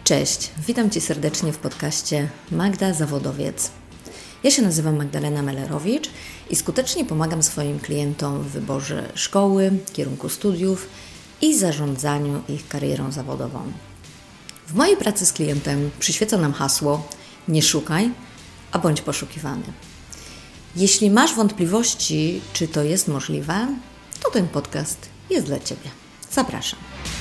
Cześć, witam Cię serdecznie w podcaście Magda Zawodowiec. Ja się nazywam Magdalena Mellerowicz i skutecznie pomagam swoim klientom w wyborze szkoły, kierunku studiów i zarządzaniu ich karierą zawodową. W mojej pracy z klientem przyświeca nam hasło: nie szukaj, a bądź poszukiwany. Jeśli masz wątpliwości, czy to jest możliwe, to ten podcast jest dla Ciebie. Zapraszam.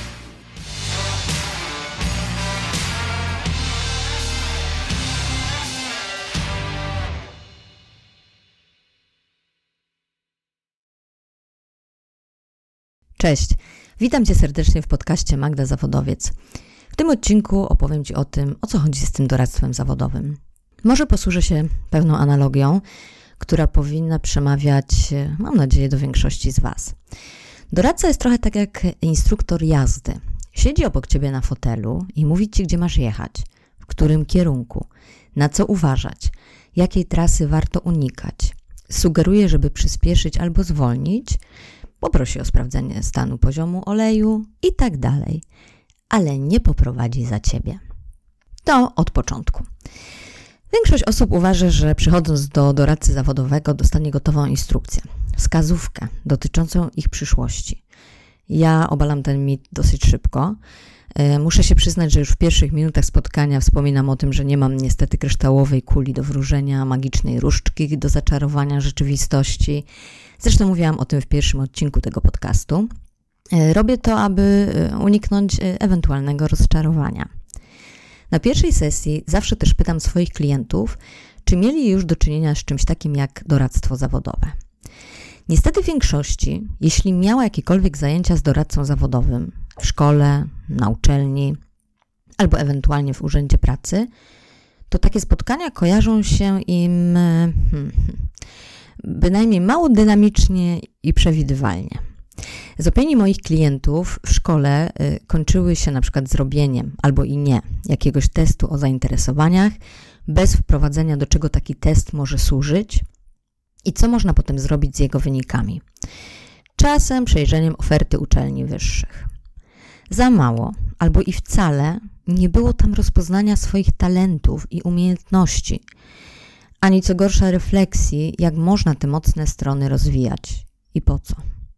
Cześć, witam Cię serdecznie w podcaście Magda Zawodowiec. W tym odcinku opowiem Ci o tym, o co chodzi z tym doradztwem zawodowym. Może posłużę się pewną analogią, która powinna przemawiać, mam nadzieję, do większości z Was. Doradca jest trochę tak jak instruktor jazdy. Siedzi obok Ciebie na fotelu i mówi Ci, gdzie masz jechać, w którym kierunku, na co uważać, jakiej trasy warto unikać. Sugeruje, żeby przyspieszyć albo zwolnić, poprosi o sprawdzenie stanu poziomu oleju i tak dalej, ale nie poprowadzi za Ciebie. To od początku. Większość osób uważa, że przychodząc do doradcy zawodowego dostanie gotową instrukcję, wskazówkę dotyczącą ich przyszłości. Ja obalam ten mit dosyć szybko. Muszę się przyznać, że już w pierwszych minutach spotkania wspominam o tym, że nie mam niestety kryształowej kuli do wróżenia, magicznej różdżki do zaczarowania rzeczywistości. Zresztą mówiłam o tym w pierwszym odcinku tego podcastu. Robię to, aby uniknąć ewentualnego rozczarowania. Na pierwszej sesji zawsze też pytam swoich klientów, czy mieli już do czynienia z czymś takim jak doradztwo zawodowe. Niestety w większości, jeśli miała jakiekolwiek zajęcia z doradcą zawodowym w szkole, na uczelni albo ewentualnie w urzędzie pracy, to takie spotkania kojarzą się im bynajmniej mało dynamicznie i przewidywalnie. Z opinii moich klientów w szkole kończyły się na przykład zrobieniem albo i nie jakiegoś testu o zainteresowaniach, bez wprowadzenia, do czego taki test może służyć i co można potem zrobić z jego wynikami. Czasem przejrzeniem oferty uczelni wyższych. Za mało albo i wcale nie było tam rozpoznania swoich talentów i umiejętności, ani co gorsza refleksji, jak można te mocne strony rozwijać i po co.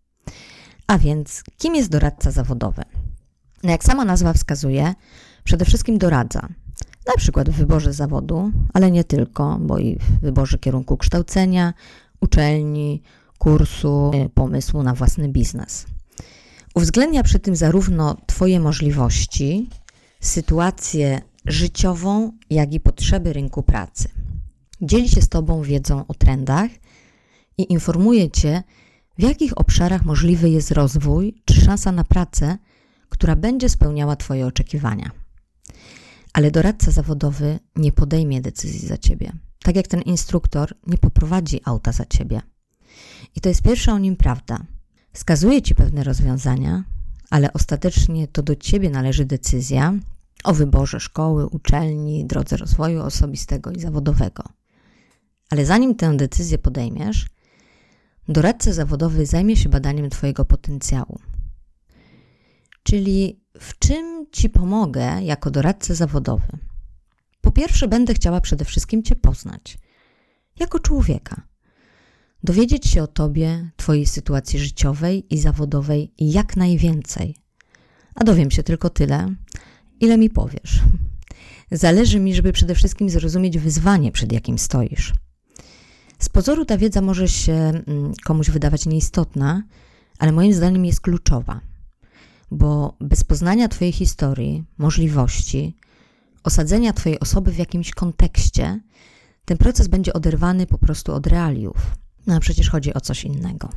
A więc, kim jest doradca zawodowy? No jak sama nazwa wskazuje, przede wszystkim doradza, na przykład w wyborze zawodu, ale nie tylko, bo i w wyborze kierunku kształcenia, uczelni, kursu, pomysłu na własny biznes. Uwzględnia przy tym zarówno Twoje możliwości, sytuację życiową, jak i potrzeby rynku pracy. Dzieli się z Tobą wiedzą o trendach i informuje Cię, w jakich obszarach możliwy jest rozwój czy szansa na pracę, która będzie spełniała Twoje oczekiwania. Ale doradca zawodowy nie podejmie decyzji za Ciebie. Tak jak ten instruktor nie poprowadzi auta za Ciebie. I to jest pierwsza o nim prawda. Wskazuje Ci pewne rozwiązania, ale ostatecznie to do Ciebie należy decyzja o wyborze szkoły, uczelni, drodze rozwoju osobistego i zawodowego. Ale zanim tę decyzję podejmiesz, doradca zawodowy zajmie się badaniem Twojego potencjału. Czyli w czym Ci pomogę jako doradca zawodowy? Po pierwsze, będę chciała przede wszystkim Cię poznać jako człowieka. Dowiedzieć się o Tobie, Twojej sytuacji życiowej i zawodowej jak najwięcej. A dowiem się tylko tyle, ile mi powiesz. Zależy mi, żeby przede wszystkim zrozumieć wyzwanie, przed jakim stoisz. Z pozoru ta wiedza może się komuś wydawać nieistotna, ale moim zdaniem jest kluczowa, bo bez poznania Twojej historii, możliwości, osadzenia Twojej osoby w jakimś kontekście, ten proces będzie oderwany po prostu od realiów. No a przecież chodzi o coś innego.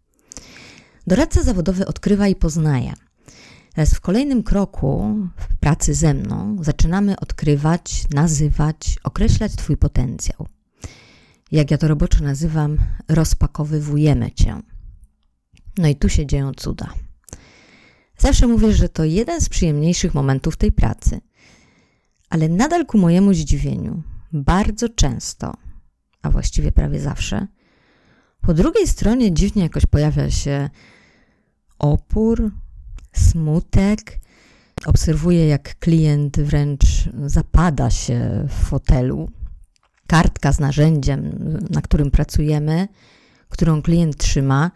Doradca zawodowy odkrywa i poznaje. Teraz w kolejnym kroku w pracy ze mną zaczynamy odkrywać, nazywać, określać Twój potencjał. Jak ja to roboczo nazywam, rozpakowywujemy Cię. No i tu się dzieją cuda. Zawsze mówię, że to jeden z przyjemniejszych momentów tej pracy, ale nadal ku mojemu zdziwieniu, bardzo często, a właściwie prawie zawsze, po drugiej stronie dziwnie jakoś pojawia się opór, smutek, Obserwuję, jak klient wręcz zapada się w fotelu. Kartka z narzędziem, na którym pracujemy, którą klient trzyma,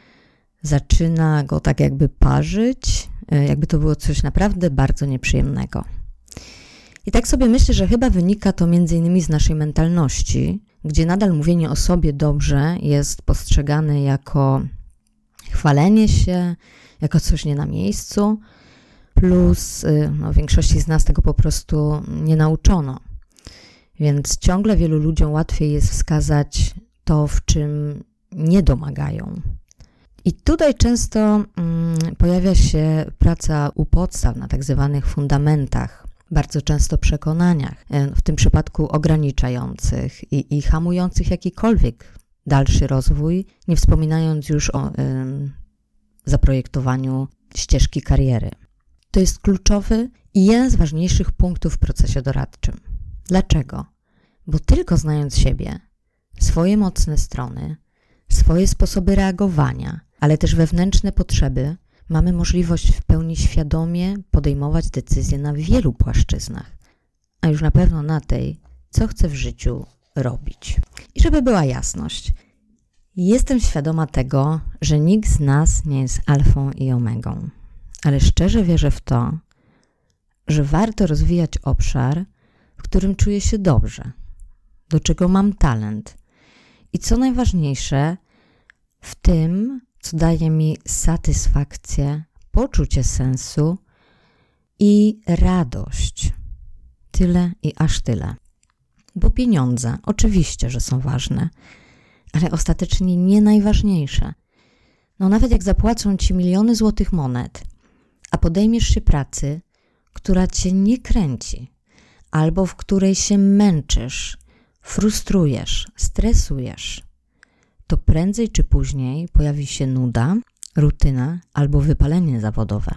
zaczyna go tak jakby parzyć, jakby to było coś naprawdę bardzo nieprzyjemnego. I tak sobie myślę, że chyba wynika to m.in. z naszej mentalności, gdzie nadal mówienie o sobie dobrze jest postrzegane jako chwalenie się, jako coś nie na miejscu, plus większości z nas tego po prostu nie nauczono. Więc ciągle wielu ludziom łatwiej jest wskazać to, w czym nie domagają. I tutaj często pojawia się praca u podstaw na tak zwanych fundamentach, bardzo często przekonaniach, w tym przypadku ograniczających i hamujących jakikolwiek dalszy rozwój, nie wspominając już o zaprojektowaniu ścieżki kariery. To jest kluczowy i jeden z ważniejszych punktów w procesie doradczym. Dlaczego? Bo tylko znając siebie, swoje mocne strony, swoje sposoby reagowania, ale też wewnętrzne potrzeby, mamy możliwość w pełni świadomie podejmować decyzje na wielu płaszczyznach, a już na pewno na tej, co chcę w życiu robić. I żeby była jasność, jestem świadoma tego, że nikt z nas nie jest alfą i omegą, ale szczerze wierzę w to, że warto rozwijać obszar, w którym czuję się dobrze, do czego mam talent i co najważniejsze, w tym, co daje mi satysfakcję, poczucie sensu i radość. Tyle i aż tyle. Bo pieniądze oczywiście, że są ważne, ale ostatecznie nie najważniejsze. Nawet jak zapłacą ci miliony złotych monet, a podejmiesz się pracy, która cię nie kręci, albo w której się męczysz, frustrujesz, stresujesz, to prędzej czy później pojawi się nuda, rutyna albo wypalenie zawodowe.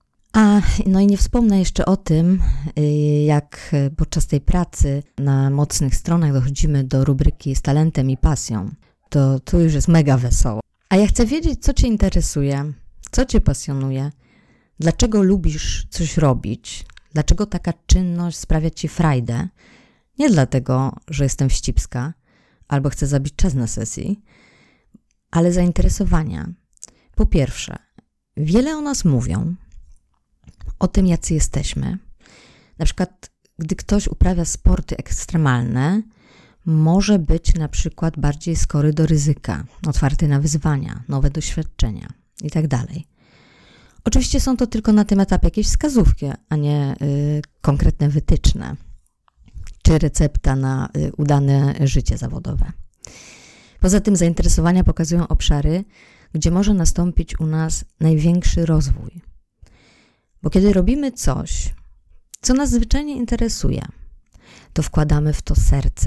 I nie wspomnę jeszcze o tym, jak podczas tej pracy na mocnych stronach dochodzimy do rubryki z talentem i pasją. To tu już jest mega wesoło. A ja chcę wiedzieć, co cię interesuje, co cię pasjonuje, dlaczego lubisz coś robić, dlaczego taka czynność sprawia ci frajdę. Nie dlatego, że jestem wścibska albo chcę zabić czas na sesji, ale zainteresowania. Po pierwsze, wiele o nas mówią, o tym, jacy jesteśmy. Na przykład, gdy ktoś uprawia sporty ekstremalne, może być na przykład bardziej skory do ryzyka, otwarty na wyzwania, nowe doświadczenia itd. Oczywiście są to tylko na tym etapie jakieś wskazówki, a nie konkretne wytyczne, czy recepta na udane życie zawodowe. Poza tym zainteresowania pokazują obszary, gdzie może nastąpić u nas największy rozwój. Bo kiedy robimy coś, co nas zwyczajnie interesuje, to wkładamy w to serce.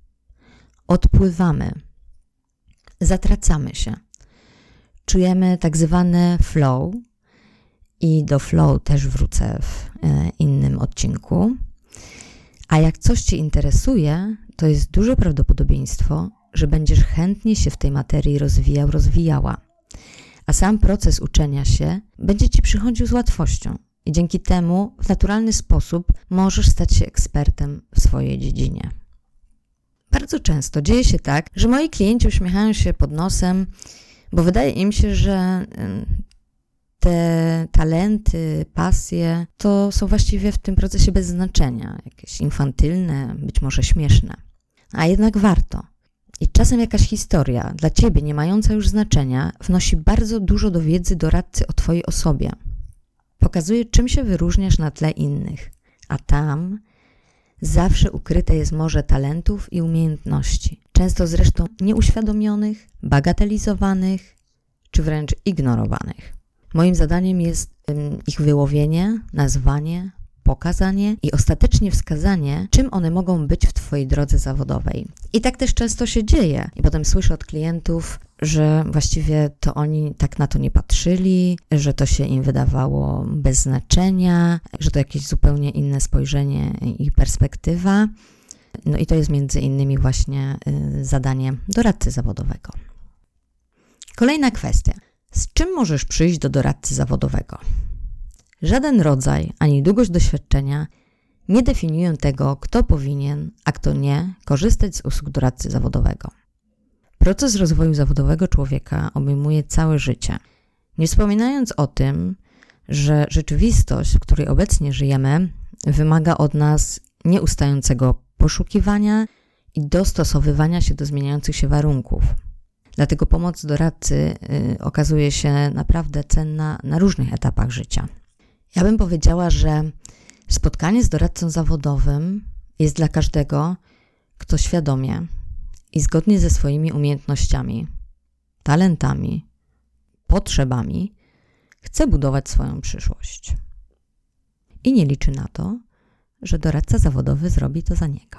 Odpływamy, zatracamy się. Czujemy tak zwane flow i do flow też wrócę w innym odcinku. A jak coś cię interesuje, to jest duże prawdopodobieństwo, że będziesz chętnie się w tej materii rozwijała. A sam proces uczenia się będzie ci przychodził z łatwością i dzięki temu w naturalny sposób możesz stać się ekspertem w swojej dziedzinie. Bardzo często dzieje się tak, że moi klienci uśmiechają się pod nosem, bo wydaje im się, że te talenty, pasje to są właściwie w tym procesie bez znaczenia, jakieś infantylne, być może śmieszne. A jednak warto. I czasem jakaś historia, dla ciebie nie mająca już znaczenia, wnosi bardzo dużo do wiedzy doradcy o twojej osobie. Pokazuje, czym się wyróżniasz na tle innych, a tam zawsze ukryte jest morze talentów i umiejętności, często zresztą nieuświadomionych, bagatelizowanych czy wręcz ignorowanych. Moim zadaniem jest ich wyłowienie, nazwanie, pokazanie i ostatecznie wskazanie, czym one mogą być w twojej drodze zawodowej. I tak też często się dzieje. I potem słyszę od klientów, że właściwie to oni tak na to nie patrzyli, że to się im wydawało bez znaczenia, że to jakieś zupełnie inne spojrzenie i perspektywa. I to jest między innymi właśnie zadanie doradcy zawodowego. Kolejna kwestia. Z czym możesz przyjść do doradcy zawodowego? Żaden rodzaj ani długość doświadczenia nie definiują tego, kto powinien, a kto nie, korzystać z usług doradcy zawodowego. Proces rozwoju zawodowego człowieka obejmuje całe życie. Nie wspominając o tym, że rzeczywistość, w której obecnie żyjemy, wymaga od nas nieustającego poszukiwania i dostosowywania się do zmieniających się warunków. Dlatego pomoc doradcy okazuje się naprawdę cenna na różnych etapach życia. Ja bym powiedziała, że spotkanie z doradcą zawodowym jest dla każdego, kto świadomie i zgodnie ze swoimi umiejętnościami, talentami, potrzebami chce budować swoją przyszłość. I nie liczy na to, że doradca zawodowy zrobi to za niego.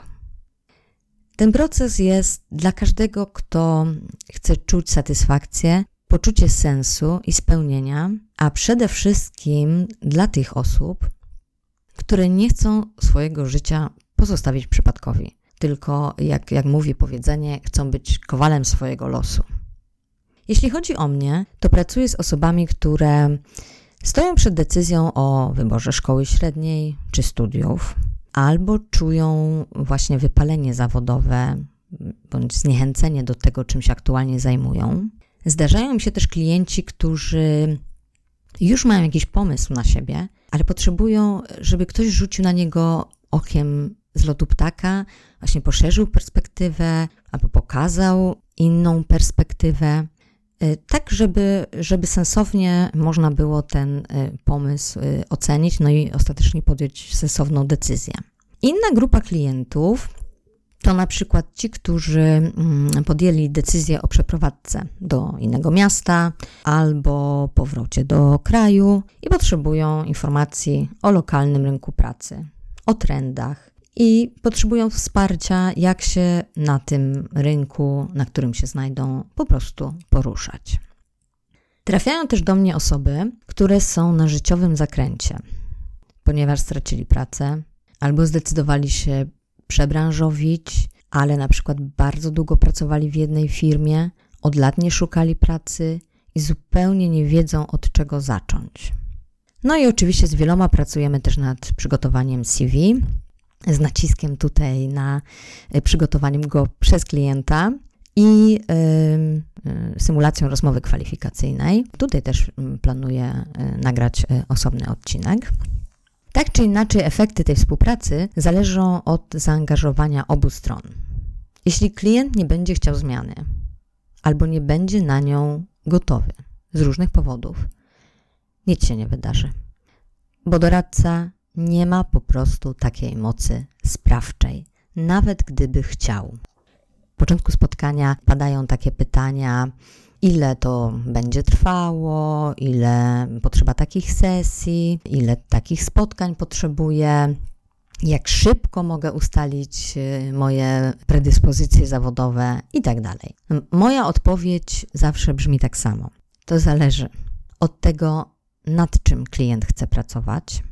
Ten proces jest dla każdego, kto chce czuć satysfakcję, poczucie sensu i spełnienia, a przede wszystkim dla tych osób, które nie chcą swojego życia pozostawić przypadkowi, tylko jak mówi powiedzenie, chcą być kowalem swojego losu. Jeśli chodzi o mnie, to pracuję z osobami, które stoją przed decyzją o wyborze szkoły średniej czy studiów, albo czują właśnie wypalenie zawodowe bądź zniechęcenie do tego, czym się aktualnie zajmują. Zdarzają mi się też klienci, którzy już mają jakiś pomysł na siebie, ale potrzebują, żeby ktoś rzucił na niego okiem z lotu ptaka, właśnie poszerzył perspektywę albo pokazał inną perspektywę, tak żeby sensownie można było ten pomysł ocenić, no i ostatecznie podjąć sensowną decyzję. Inna grupa klientów to na przykład ci, którzy podjęli decyzję o przeprowadzce do innego miasta albo powrocie do kraju i potrzebują informacji o lokalnym rynku pracy, o trendach i potrzebują wsparcia, jak się na tym rynku, na którym się znajdą, po prostu poruszać. Trafiają też do mnie osoby, które są na życiowym zakręcie, ponieważ stracili pracę albo zdecydowali się przebranżowić, ale na przykład bardzo długo pracowali w jednej firmie, od lat nie szukali pracy i zupełnie nie wiedzą, od czego zacząć. No i oczywiście z wieloma pracujemy też nad przygotowaniem CV, z naciskiem tutaj na przygotowaniem go przez klienta i symulacją rozmowy kwalifikacyjnej. Tutaj też planuję nagrać osobny odcinek. Tak czy inaczej efekty tej współpracy zależą od zaangażowania obu stron. Jeśli klient nie będzie chciał zmiany albo nie będzie na nią gotowy z różnych powodów, nic się nie wydarzy, bo doradca nie ma po prostu takiej mocy sprawczej, nawet gdyby chciał. W początku spotkania padają takie pytania, ile to będzie trwało, ile potrzeba takich sesji, ile takich spotkań potrzebuję, jak szybko mogę ustalić moje predyspozycje zawodowe i tak dalej. Moja odpowiedź zawsze brzmi tak samo. To zależy od tego, nad czym klient chce pracować,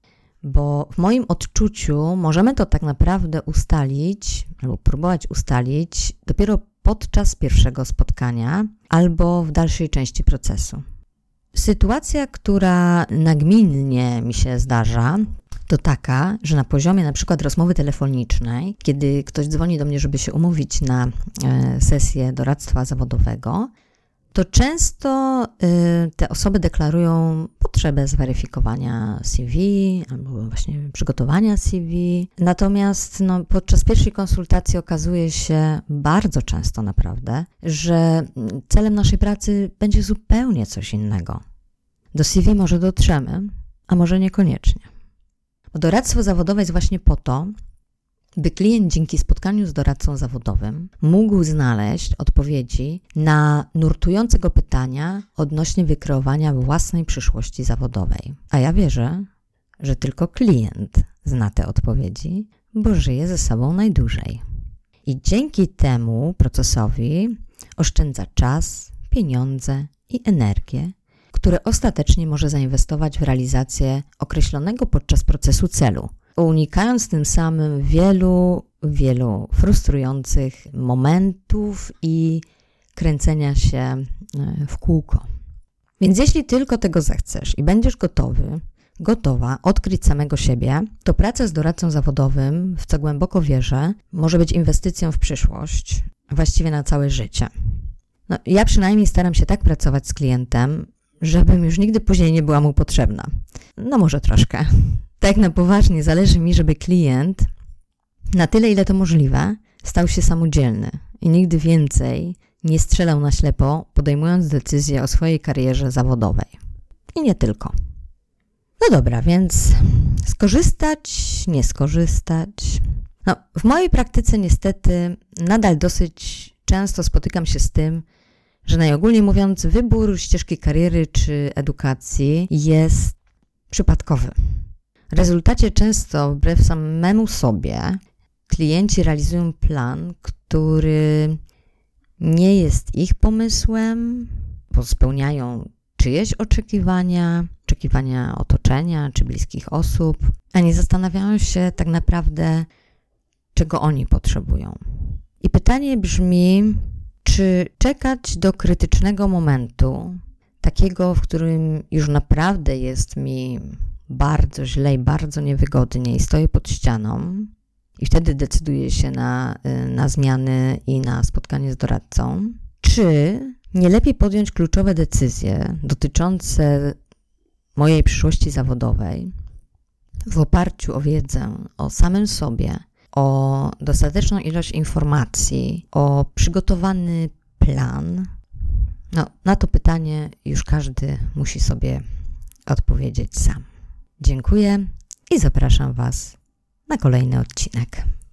bo w moim odczuciu możemy to tak naprawdę ustalić albo próbować ustalić dopiero podczas pierwszego spotkania albo w dalszej części procesu. Sytuacja, która nagminnie mi się zdarza, to taka, że na poziomie na przykład rozmowy telefonicznej, kiedy ktoś dzwoni do mnie, żeby się umówić na sesję doradztwa zawodowego, to często te osoby deklarują potrzebę zweryfikowania CV albo właśnie przygotowania CV. Natomiast podczas pierwszej konsultacji okazuje się bardzo często naprawdę, że celem naszej pracy będzie zupełnie coś innego. Do CV może dotrzemy, a może niekoniecznie. Bo doradztwo zawodowe jest właśnie po to, by klient dzięki spotkaniu z doradcą zawodowym mógł znaleźć odpowiedzi na nurtujące go pytania odnośnie wykreowania własnej przyszłości zawodowej. A ja wierzę, że tylko klient zna te odpowiedzi, bo żyje ze sobą najdłużej. I dzięki temu procesowi oszczędza czas, pieniądze i energię, które ostatecznie może zainwestować w realizację określonego podczas procesu celu, unikając tym samym wielu frustrujących momentów i kręcenia się w kółko. Więc jeśli tylko tego zechcesz i będziesz gotowy gotowa odkryć samego siebie, to praca z doradcą zawodowym, w co głęboko wierzę, może być inwestycją w przyszłość, właściwie na całe życie. Ja przynajmniej staram się tak pracować z klientem, żebym już nigdy później nie była mu potrzebna. Może troszkę. Tak na poważnie zależy mi, żeby klient na tyle, ile to możliwe, stał się samodzielny i nigdy więcej nie strzelał na ślepo, podejmując decyzję o swojej karierze zawodowej. I nie tylko. Dobra, więc skorzystać, nie skorzystać. W mojej praktyce niestety nadal dosyć często spotykam się z tym, że najogólniej mówiąc, wybór ścieżki kariery czy edukacji jest przypadkowy. W rezultacie często wbrew samemu sobie klienci realizują plan, który nie jest ich pomysłem, bo spełniają czyjeś oczekiwania otoczenia czy bliskich osób, a nie zastanawiają się tak naprawdę, czego oni potrzebują. I pytanie brzmi, czy czekać do krytycznego momentu, takiego, w którym już naprawdę jest mi bardzo źle i bardzo niewygodnie i stoję pod ścianą i wtedy decyduję się na zmiany i na spotkanie z doradcą, czy nie lepiej podjąć kluczowe decyzje dotyczące mojej przyszłości zawodowej w oparciu o wiedzę o samym sobie, o dostateczną ilość informacji, o przygotowany plan? Na to pytanie już każdy musi sobie odpowiedzieć sam. Dziękuję i zapraszam Was na kolejny odcinek.